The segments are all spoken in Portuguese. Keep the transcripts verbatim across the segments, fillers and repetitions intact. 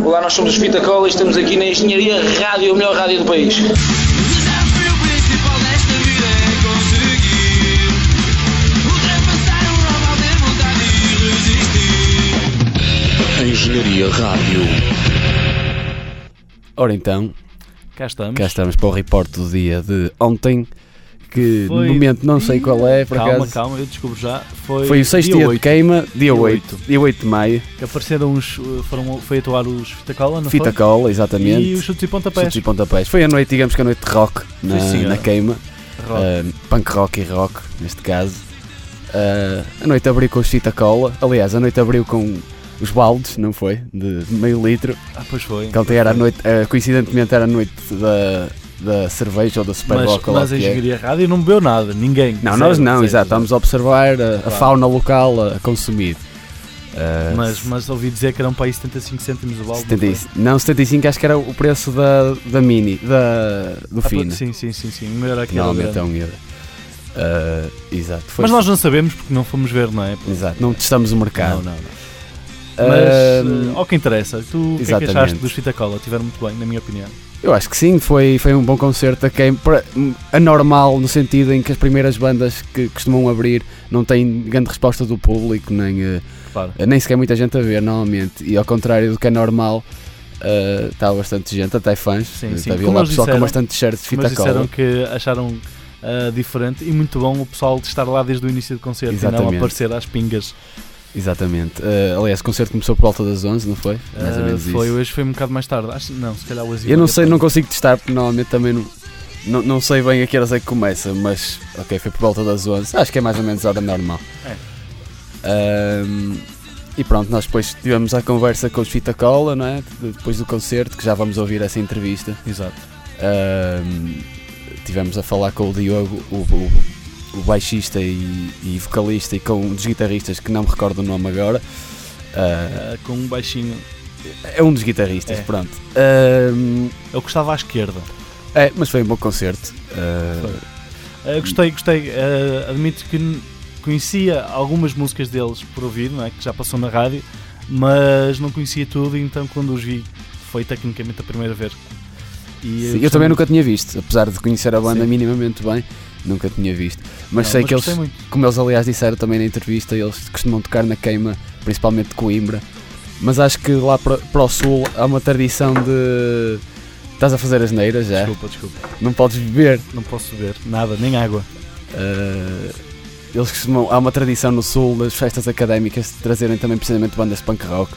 Olá, nós somos os Fita Cola e estamos aqui na Engenharia Rádio, a melhor rádio do país. Engenharia Rádio. Ora então, cá estamos. cá estamos para o reporte do dia de ontem, que Foi no momento não sei qual é, por calma, acaso. calma, eu descubro já. Foi, Foi o sexto dia, dia de queima, dia, dia oito, dia oito de maio. Que apareceram os, foram, foi atuar os Fita Cola, não Fita foi? Cola, exatamente. E os Chutes e Pontapés. Chutes e Pontapés. Foi a noite, digamos que a noite de rock na, Sim, na queima. Rock. Uh, punk rock e rock, neste caso. Uh, a noite abriu com os Fita Cola. Aliás, a noite abriu com os baldes, não foi? De, de meio litro. Ah, pois foi. Que ontem era a noite, uh, coincidentemente era a noite da, da cerveja ou da Super Mas, Boca. mas a Engenharia Rádio não bebeu nada, ninguém. Não, zero, nós não, zero, exato. zero. Estamos a observar a, a Claro. fauna local a, a consumir. Uh, Mas, mas ouvi dizer que eram para aí setenta e cinco cêntimos o balde. setenta e não cinco, não, setenta e cinco acho que era o preço da, da Mini, da, do foi? Ah, fino. sim, sim, sim, sim. Melhor Que aqui era normalmente é grande. um euro. Uh, exato. Foi Mas nós não sabemos porque não fomos ver, não é? Exato, não testamos o mercado. Não, não, não. Mas, Uh, uh, ao que interessa, tu o que é que exatamente. achaste dos Fita Cola? Tiveram muito bem, na minha opinião. Eu acho que sim, foi, foi um bom concerto a quem, para- anormal no sentido em que as primeiras bandas que costumam abrir não têm grande resposta do público, nem, uh, Claro. nem sequer muita gente a ver normalmente, e ao contrário do que é normal, uh, estava bastante gente, até fãs. Sim, sim. Havia Como lá eles pessoal com disseram- bastante t-shirts de Mas Fita Cola. disseram que acharam uh, diferente e muito bom o pessoal de estar lá desde o início do concerto e não Exatamente. aparecer às pingas. Exatamente. Uh, aliás, o concerto começou por volta das onze, não foi? Mais ou Uh, menos foi, isso. hoje foi um bocado mais tarde. Acho, não, se calhar o Azil. Eu não sei, não consigo testar porque normalmente também não, não, não sei bem a que horas é que começa, mas ok, foi por volta das onze. Acho que é mais ou menos a hora normal. É. Um, e pronto, nós depois tivemos a conversa com os Fita Cola, não é? Depois do concerto, que já vamos ouvir essa entrevista. Exato. Um, tivemos a falar com o Diogo, o, o, o baixista e, e vocalista, e com um dos guitarristas que não me recordo o nome agora. Uh, Uh, com um baixinho. é um dos guitarristas, É. pronto. Um, Eu gostava à esquerda. é, mas foi um bom concerto. Uh, Uh, gostei, gostei. Uh, admito que n- conhecia algumas músicas deles por ouvir, não é? Que já passou na rádio, mas não conhecia tudo, então quando os vi foi tecnicamente a primeira vez. E, Sim, uh, eu gostei também muito. nunca tinha visto, apesar de conhecer a banda Sim. minimamente bem, nunca tinha visto. Mas Não, sei que eles, gostei muito. como eles aliás disseram também na entrevista, eles costumam tocar na queima, principalmente de Coimbra. Mas acho que lá para, para o sul há uma tradição de... Estás a fazer asneiras já? Desculpa, desculpa. Não podes beber. Não posso beber nada, nem água. Uh, eles costumam, há uma tradição no sul das festas académicas de trazerem também precisamente bandas de punk rock.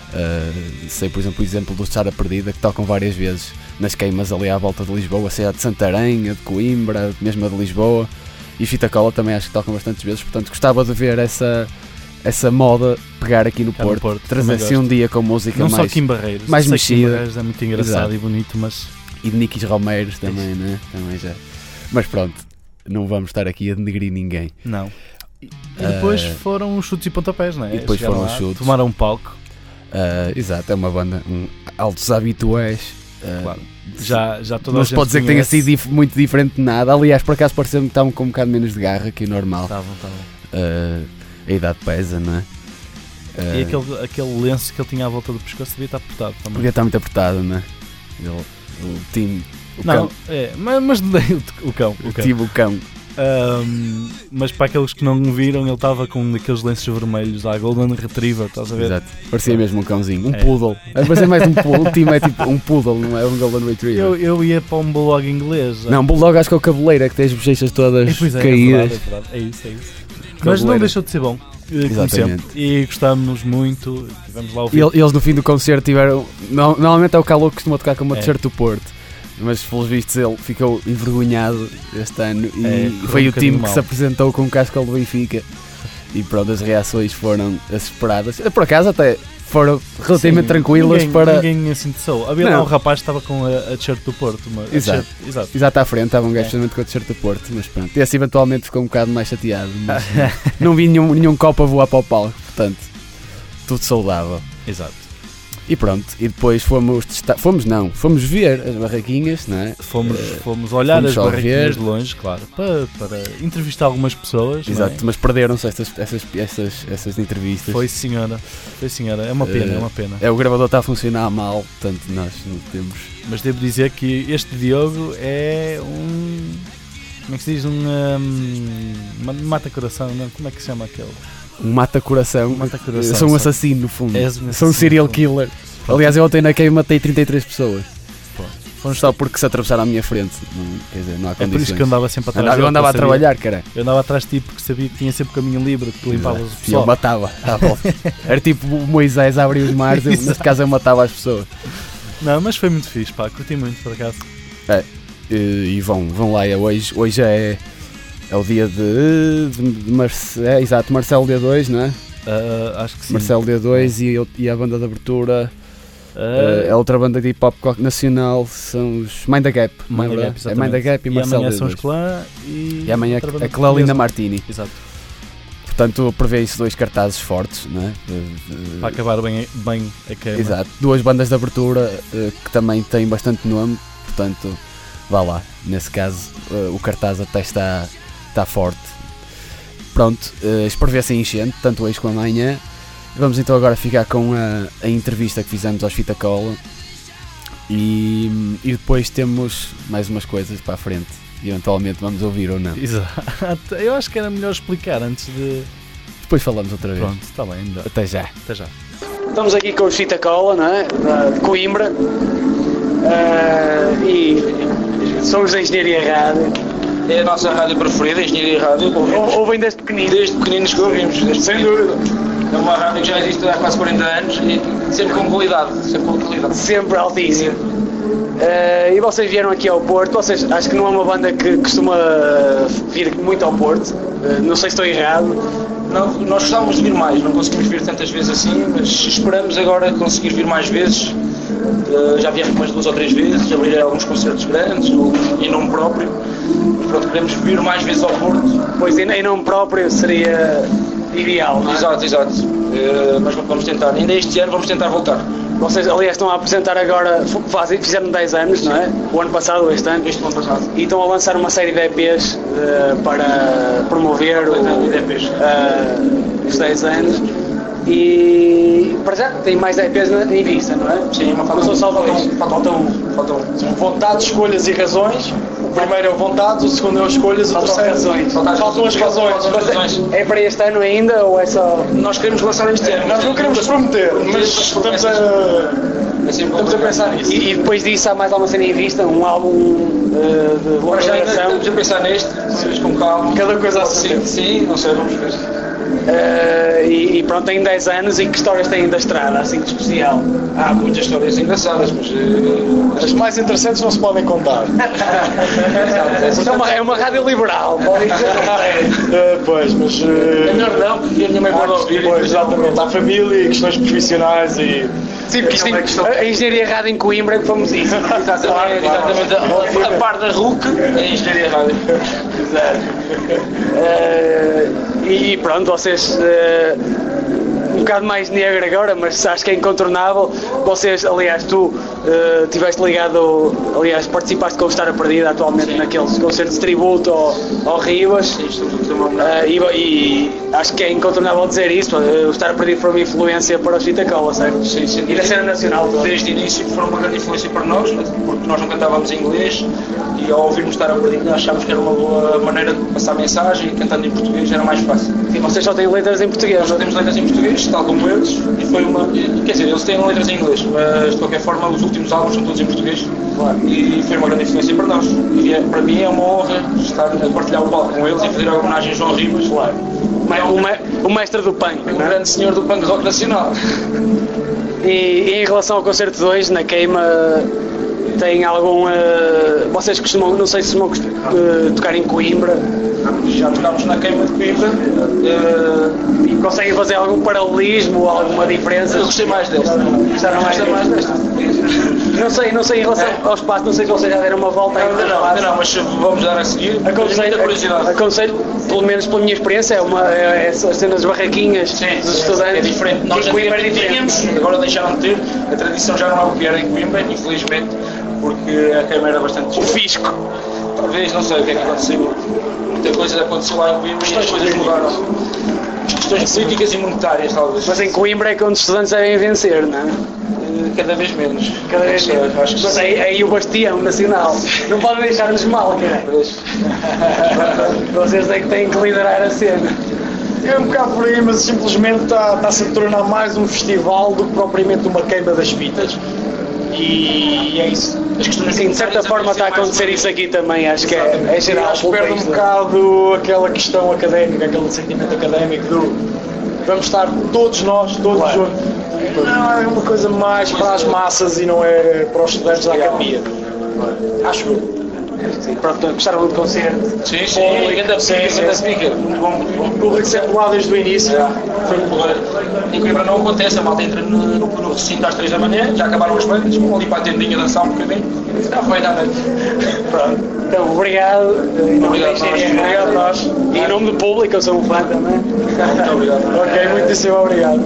Uh, sei por exemplo o exemplo do Sara Perdida, que tocam várias vezes nas queimas ali à volta de Lisboa, seja a de Santarém, a de Coimbra, mesmo a de Lisboa, e Fita Cola também acho que tocam bastantes vezes, portanto gostava de ver essa, essa moda pegar aqui no Cá no Porto, Porto, trazer também assim um gosto. dia com música Não só mais, Kim Barreiros. mais sei que Kim mexida. Barreiros é muito engraçado Exato. e bonito, mas e de Nikis Romeiros também, né? Também já. Mas pronto, não vamos estar aqui a denegrir ninguém. não. E depois Uh, foram os Chutes e Pontapés, não é? e depois Chegaram foram lá, os Chutes. Tomaram um palco, Uh, exato, é uma banda, um, altos habitués. Uh, claro. Já, já toda a não gente se pode dizer que tenha conhece. sido dif- muito diferente de nada. Aliás, por acaso pareceu-me que estavam com um bocado menos de garra que o normal. Estavam, estavam. Uh, a idade pesa, não é? Uh, E aquele, aquele lenço que ele tinha à volta do pescoço devia estar apertado também. Porque está muito apertado, não é? Ele, o time, o não, cão, é, mas, mas o, o cão. O o cão. time, o cão. Ahm, mas para aqueles que não viram, ele estava com aqueles lenços vermelhos à Golden Retriever, estás a ver? Exato. Parecia mesmo um cãozinho, um É. poodle. É, parecia mais um poodle. O time é tipo um poodle, não é um Golden Retriever. Eu, eu ia para um bulldog inglês. Não, bulldog acho que é o cabeleira que tem as bochechas todas É, pois é, é caídas. verdade, é verdade. É isso, é isso. Mas Cabeleira. não deixou de ser bom, eh, como Exatamente. sempre. E gostámos muito, tivemos lá o E el- eles no fim do concerto tiveram. no- Normalmente é o Calou que costuma tocar com uma É. t-shirt do Porto, mas pelos vistos ele ficou envergonhado este ano e É, foi correu um o time bocadinho que mal. se apresentou com o casco do Benfica e pronto, as reações foram as esperadas. Por acaso até foram relativamente Sim, tranquilas ninguém, para. Ninguém assim interessou. Havia lá Não. um rapaz que estava com a, a t-shirt do Porto. Uma, a Exato. t-shirt- exato. Exato à frente, estava um gajo É. precisamente com a t-shirt do Porto, mas pronto. Esse eventualmente ficou um bocado mais chateado, mas não vi nenhum, nenhum copo a voar para o palco, portanto, tudo saudável. Exato. E pronto, e depois fomos testar, fomos não, fomos ver as barraquinhas, não é? Fomos, Uh, fomos olhar fomos as só barraquinhas ver. de longe, claro, para, para entrevistar algumas pessoas. Exato, não é? mas perderam-se essas, essas, essas, essas entrevistas. Foi senhora, foi senhora, é uma pena, Uh, é uma pena. É, o gravador está a funcionar mal, portanto nós não temos. Mas devo dizer que este Diogo é um. Como é que se diz? Um. um mata-coração, não? Como é que se chama aquele? Um mata-coração. Mata-coração, Eu sou um só. assassino, no fundo. És um Sou um assassino, serial pronto. killer. Pronto. Aliás, eu ontem na queima matei trinta e três pessoas. Fomos Só porque se atravessaram à minha frente. Não, quer dizer, não há É por condições. isso que eu andava sempre atrás Andava, eu dele, andava a porque eu trabalhar, cara. sabia- Eu andava atrás de ti porque sabia que tinha sempre caminho livre, que tu limpavas o E eu pessoal. matava à volta. Era tipo o Moisés a abrir os mares, eu, neste caso eu matava as pessoas. Não, mas foi muito fixe, pá, curti muito por acaso. E, e vão, vão lá, é hoje, hoje é, é o dia de, de, de Marce, é, exato, Marcelo D dois, não é? Ah, acho que sim. Marcelo D dois e, eu- e a banda de abertura, Ah, eh, é outra banda de hip hop rock nacional, são os Mind the Gap, não é Mind the verdade? Gap, É exatamente. Mind the Gap e, e Marcelo amanhã D são os dois. Clã e. E amanhã outra banda a Clélinda portuguesa. Martini. Exato. Portanto, prevê-se dois cartazes fortes, não é? Eh, Para acabar bem, bem a queima. Exato, duas bandas de abertura eh, que também têm bastante nome, portanto, vá lá. Nesse caso, eh, o cartaz até está, está forte. Pronto, uh, prevê-se em enchente, tanto hoje como amanhã. Vamos então agora ficar com a, a entrevista que fizemos aos Fita Cola e, e depois temos mais umas coisas para a frente. E eventualmente vamos ouvir ou não. Exato. Eu acho que era melhor explicar antes de. Depois falamos outra vez. Pronto, está bem, ainda. Até já. Até já. Estamos aqui com os Fita Cola, não é? Da- de Coimbra. Ah, e somos da Engenharia Rádio. É a nossa rádio preferida, a Engenharia Rádio. Ou- Ouvem desde pequenino. Desde pequeninos que ouvimos. Desde Sem pequeninos. dúvida. É uma rádio que já existe há quase quarenta anos e sempre com qualidade. Sempre com qualidade. Sempre altíssimo. Ah, e vocês vieram aqui ao Porto. Vocês acho que não é uma banda que costuma vir muito ao Porto. Ah, não sei se estou errado. Não, nós gostávamos de vir mais, não conseguimos vir tantas vezes assim, mas esperamos agora conseguir vir mais vezes. Uh, já viemos umas duas ou três vezes, abrir alguns concertos grandes, ou em nome próprio. Pronto, queremos vir mais vezes ao Porto. Pois em em nome próprio seria ideal, não é? Exato, exato. Uh, mas vamos tentar, ainda este ano vamos tentar voltar. Vocês, aliás, estão a apresentar agora, f- fazem, fizeram dez anos, não é? O ano passado, este ano. Este ano passado. E estão a lançar uma série de E Pês eh, para promover o, De E Pês. eh, os dez anos. E para já tem mais E Pês na- em vista, não é? Sim, uma Não são só dois. Falta um. Falta um. São vontades, escolhas e razões. O primeiro é o vontades, o segundo é o escolhas, o Faltam terceiro razões. Faltam as razões. Faltam as razões. É para este ano ainda ou é só. Nós queremos lançar este ano. Nós não queremos prometer, mas estamos a, É sempre estamos a pensar nisso. E, e depois disso há mais alguma cena em vista? Um álbum eh, de longa Mas já ainda duração? estamos a pensar neste, mas com calma. Cada coisa a seu Sim, tempo. sim, não sei, vamos ver. Eh, e, e pronto, tem dez anos e que histórias têm da estrada, assim de especial? Há muitas histórias engraçadas, mas. eh, As mais interessantes não se podem contar. É uma, é uma rádio liberal, pode dizer. Eh, pois, mas. É eh, melhor não, porque a minha mãe pode ouvir. Pois, exatamente. Há família e questões profissionais e. Sim, porque isto Não é questão- a Engenharia Rádio em Coimbra é famosíssima. Exatamente, exatamente. A, a par da R U C é a Engenharia Rádio. Eh, e pronto, vocês. eh, um bocado mais negro agora, mas acho que é incontornável. Vocês, aliás, tu eh, tiveste ligado, aliás, participaste com o Estar a Perdida atualmente naqueles concertos de tributo ao, ao Rivas. Sim, estamos a fazer uma homenagem. Eh, e, e acho que é incontornável dizer isso. eh, O Estar a Perdido foi uma influência para os Fita Cola, certo? Sim, sim. E da cena nacional toda. Desde o início foram uma grande influência para nós, porque nós não cantávamos em inglês e ao ouvirmos Estar a Perdido achámos que era uma boa maneira de passar mensagem e cantando em português era mais fácil. Sim, vocês só têm letras em português. Nós só temos letras em português, tal como eles, e foi uma. Quer dizer, eles têm letras em inglês, mas de qualquer forma os últimos álbuns são todos em português. Claro. E foi uma grande influência para nós. E é, para mim é uma honra estar a partilhar o palco com eles e fazer a homenagem a João Rivas. Claro. O, me- o mestre do punk, Um não é? grande senhor do punk rock nacional. E, e em relação ao concerto dois, na queima, tem algum. eh, vocês costumam, não sei se costumam eh, tocar em Coimbra Já tocámos na queima de Coimbra. eh, e conseguem fazer algum paralelismo ou alguma diferença? Eu gostei mais desta. Gostaram mais Gostei mais desta. Não sei, não sei em relação ao espaço, não sei se vocês já deram uma volta Ainda não, ainda não, mas vamos dar a seguir. Aconselho, curiosidade. aconselho, pelo menos pela minha experiência, é uma, é, é as cenas das barraquinhas Sim, dos sim, estudantes. é diferente. Nós Em Coimbra é antigamente diferente. tínhamos, agora deixaram de ter. A tradição já não é o que era em Coimbra, infelizmente, porque a Câmara era bastante O fisco. Talvez, não sei o que é que aconteceu. Muita coisa aconteceu lá em Coimbra e as coisas mudaram. Questões políticas e monetárias, talvez. Mas em Coimbra é que onde os estudantes devem vencer, não é? Cada vez menos. Cada vez Acho que- menos. Acho que Mas aí, aí o bastião nacional. Não podem deixar-nos mal, cara. Vocês é que têm que liderar a cena. É um bocado por aí, mas simplesmente está- está-se a tornar mais um festival do que propriamente uma queima das fitas. E é isso. As questões Sim, de certa forma está a acontecer isso aqui também, acho que é, é geral. Acho que perde um bocado aquela questão académica, aquele sentimento académico do vamos estar todos nós, todos Claro. juntos. Não, é uma coisa mais para as massas e não é para os estudantes da academia. Acho eu. Sim, pronto, gostaram do concerto. Sim, sim, grande Sim, pica, sim, grande sim. pica. Muito bom, muito bom. O público sempre lá desde o início. Foi muito bom. Em Coimbra não acontece, a malta entra no, no, no recinto às três da manhã, já acabaram as bandas, vão ali para a tendinha dançar um bocadinho, já foi da noite. Pronto. Então, obrigado. Em nome Obrigado, da nós. Engenharia Obrigado, Rádio. nós. E em nome do público, eu sou um fã também. Muito obrigado. Ok, muitíssimo obrigado.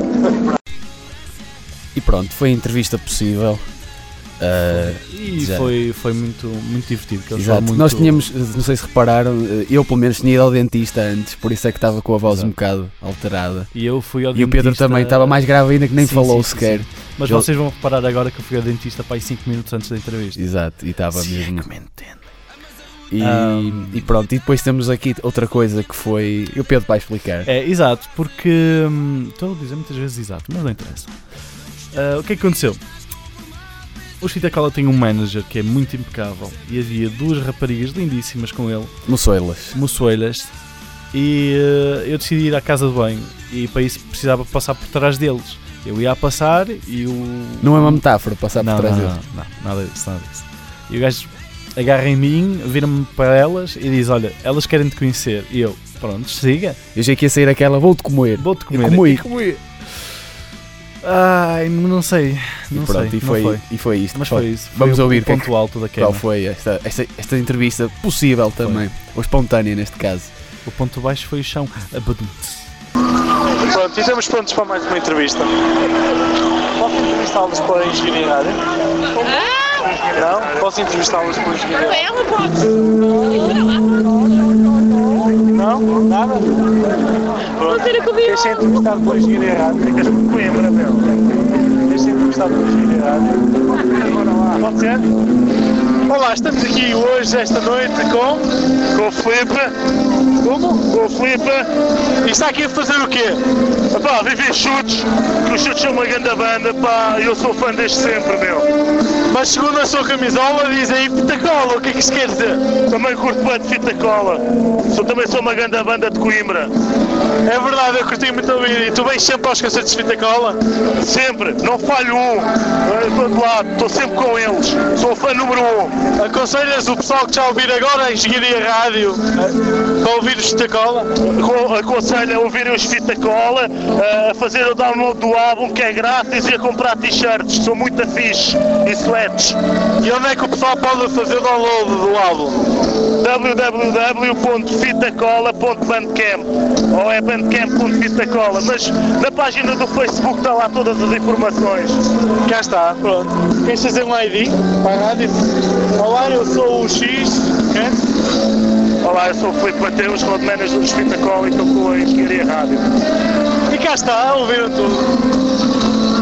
E pronto, foi a entrevista possível. Uh, E já. foi, foi muito, muito divertido. Que eles Exato. falam muito... Nós tínhamos, não sei se repararam, eu pelo menos tinha ido ao dentista antes, por isso é que estava com a voz um bocado alterada. E eu fui ao E o Pedro dentista- também estava mais grave ainda, que nem Sim, falou sim, sim, sequer. sim. Mas Eu- vocês vão reparar agora que eu fui ao dentista para aí cinco minutos antes da entrevista. Exato, e estava mesmo. que me entende. E, Um, e pronto, e depois temos aqui outra coisa que foi. E o Pedro vai explicar. É, exato, porque hum, estou a dizer muitas vezes exato, mas não interessa. Ah, o que é que aconteceu? O Fita Cola tem um manager que é muito impecável e havia duas raparigas lindíssimas com ele, Moçoilas. moçoeiras, e ah, eu decidi ir à casa de banho e para isso precisava passar por trás deles. Eu ia a passar e o... Não é uma metáfora passar não, por trás não, deles. não, não, nada disso, nada disso. E o gajo agarra em mim, vira-me para elas e diz, olha, elas querem te conhecer. E eu, pronto, siga, Eu já que ia sair aquela, vou-te comer. vou-te E comer. comi. E comi. Ai, não sei, não e pronto, sei, e, foi, não foi. e foi isto. Mas Pronto, foi isso. Foi Vamos o, ouvir o o que é ponto alto da queima. Qual foi esta, esta, esta entrevista possível também, ou espontânea neste caso. O ponto baixo foi o chão. Abadum-te. Pronto, e estamos prontos para mais uma entrevista. Posso entrevistá-los pela Engenharia Rádio? Não? Posso entrevistá-los pela Engenharia Rádio? Ela pode. Não? Nada? Vou ter a comer. Queres ser entrevistado pela Engenharia Rádio? Ficas com Coimbra, meu. Queres ser entrevistado pela Engenharia Rádio? Pode ser? Olá, estamos aqui hoje, esta noite, com... Com o Filipe. Como? Com o Filipe. E está aqui a fazer o quê? Pá, viver chutes, que os chutes são uma grande banda, pá, eu sou fã desde sempre, meu. Mas segundo a sua camisola diz aí fita cola, o que é que isso quer dizer? Também curto bem de fita cola. Sou, também sou uma grande banda de Coimbra. É verdade, eu curti muito ouvir. E tu vens sempre aos concertos de fita cola? Sempre, não falho um. Eu estou de lado, estou sempre com eles. Sou fã número um. Aconselhas o pessoal que está a ouvir agora a Engenharia Rádio para ouvir os fita cola? Aconselho a ouvirem os fita cola, a fazer o download do álbum que é grátis e a comprar t-shirts, são muito fixe e sweats. E onde é que o pessoal pode fazer o download do álbum? w w w ponto fitacola ponto bandcamp ou é bandcamp ponto fitacola, mas na página do Facebook está lá todas as informações. Cá está, pronto. Queres fazer um I D para a rádio? Olá, eu sou o X. Okay? Olá, eu sou o Filipe Mateus, road manager do Fitacola e estou com a Engenharia Rádio. E cá está, ouviram tudo.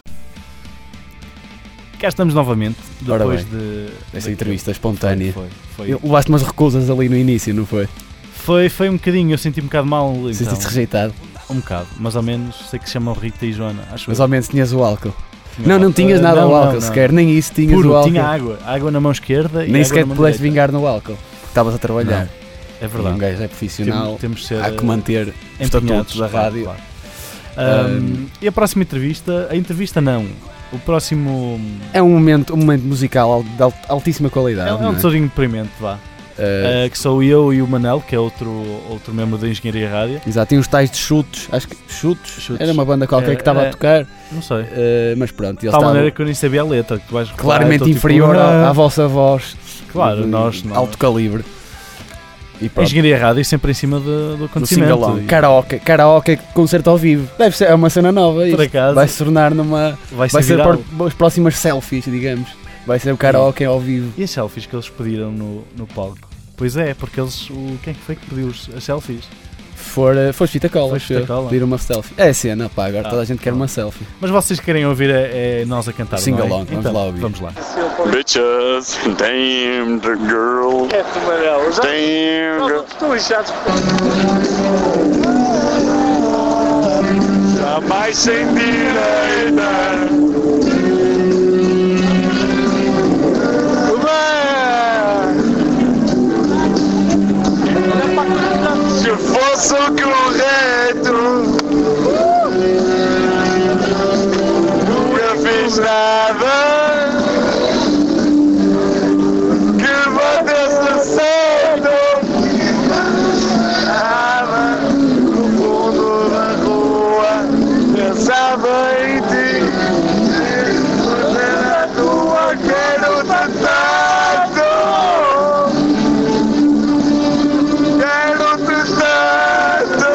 Cá estamos novamente, Ora depois bem, de... Esta daquele- entrevista espontânea. Foi, foi, foi. Levaste umas recusas ali no início, não foi? Foi, foi um bocadinho, eu senti um bocado mal. Então, Sentiste rejeitado, um bocado, mas ao menos sei que se chamam Rita e Joana, acho mas eu. ao menos tinhas o álcool. Tinha Não, não álcool. tinhas Eh, nada não, ao não, álcool não. sequer, nem isso tinhas Puro, o álcool. tinha água, água na mão esquerda e Nem água sequer na te mão pudeste direita. vingar no álcool. Estavas a trabalhar. É E um verdade. gajo é profissional, Temos, temos de ser há que manter os empenhados estatutos da claro, rádio. claro. Ahm, e a próxima entrevista? A entrevista não. O próximo É um momento, um momento musical al- de al- altíssima qualidade. é, é não um é? tesourinho deprimente, vá. Uh, que sou eu e o Manel, que é outro, outro membro da Engenharia Rádio. Exato, tinha uns tais de chutes, acho que chutes, Chutes. era uma banda qualquer É, que estava é, a tocar, Não sei. uh, mas pronto, De eles tal estavam maneira que eu nem sabia a letra. Que vais reparar, claramente eu tô inferior tipo, à, ah, à vossa voz. Claro, de nós não. alto calibre. E A pronto, Engenharia Rádio sempre em cima de, do do acontecimento. singalão. E Karaoke, karaoke concerto ao vivo. Deve ser, é uma cena nova isto. Por acaso. Vai se tornar numa. Vai ser, Vai ser viral. para as próximas selfies, digamos. Vai ser o karaoke ao vivo. E as selfies que eles pediram no, no palco? Pois é, porque eles. O, quem é que foi que pediu os- as selfies? For, uh, foi Fita Cola, Foi Fita Cola. pedir uma selfie. É a cena, pá, agora Ah, toda a gente quer pronto. uma selfie. Mas vocês querem ouvir é, é nós a cantar, Sing não é? along, vamos Então, lá ouvir. Vamos lá. Bitches, damn the girl, É, tu, Manel. Já damn girl. estão lixados. Jamais sem direita. Se fosse o correto, nunca fiz nada que batesse certo. Nada no fundo da rua, pensava em ti. Mas era tua, quero tentar. Quero-te tanto.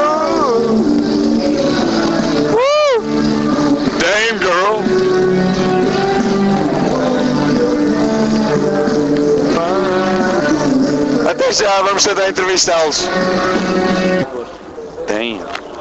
Uh! Damn girl. Até já, vamos tentar entrevistá-los. Damn.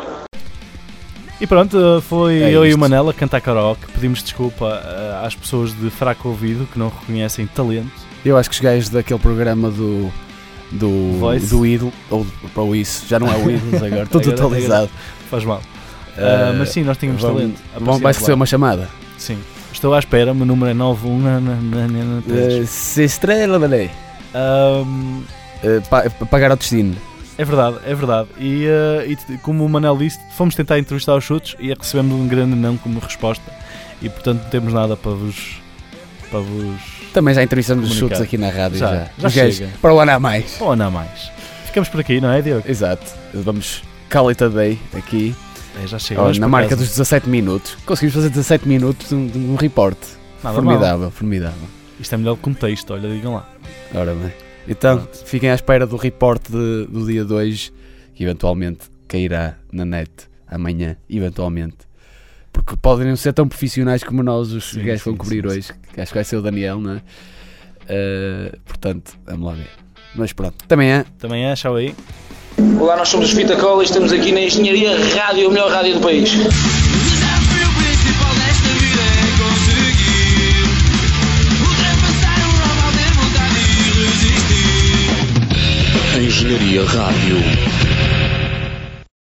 E pronto, foi É eu e isto. o Manel a cantar karaoke. Pedimos desculpa eh, às pessoas de fraco ouvido que não reconhecem talento. Eu acho que os gajos daquele programa do. Do, Voice. do Idol, ou ou isso, já não é o Idol agora, estou Agora- totalizado. Faz mal. Ah, mas sim, nós tínhamos vamos- talento. Vão, vai Aparecemos receber lá. uma chamada. Sim. Estou à espera, o meu número é nove um três. Uh, se estrela da lei. Ahm, Uh, pa, pagar ao destino. É verdade, é verdade. E, eh, e t- como o Manel disse, fomos tentar entrevistar os chutes e recebemos um grande não como resposta. E portanto não temos nada para vos. para vos. Também já entrevistamos os Comunicar. chutes aqui na rádio. Já, Já, já Os gajos, chega. para o ano a mais. Ou não mais. Ficamos por aqui, não é, Diogo? Exato. Vamos call it a day aqui. É, já chega. Olha, Vamos na por marca casa. dos dezassete minutos. Conseguimos fazer dezassete minutos de um, de um report. Nada formidável, mal. formidável. Isto é melhor que um texto, olha, digam lá. Ora bem. Então, Pronto. fiquem à espera do report de- do dia dois, que eventualmente cairá na net amanhã, eventualmente. Porque podem não ser tão profissionais como nós, os Sim, gajos que vão sim, cobrir sim, hoje, que acho que vai ser o Daniel, não é? Uh, portanto, vamos lá ver. Mas pronto, também é. Também é, tchau aí. Olá, nós somos os Fita Cola e estamos aqui na Engenharia Rádio, a melhor rádio do país. O desafio principal desta vida é conseguir ultrapassar o normal, ter vontade de resistir. Engenharia Rádio.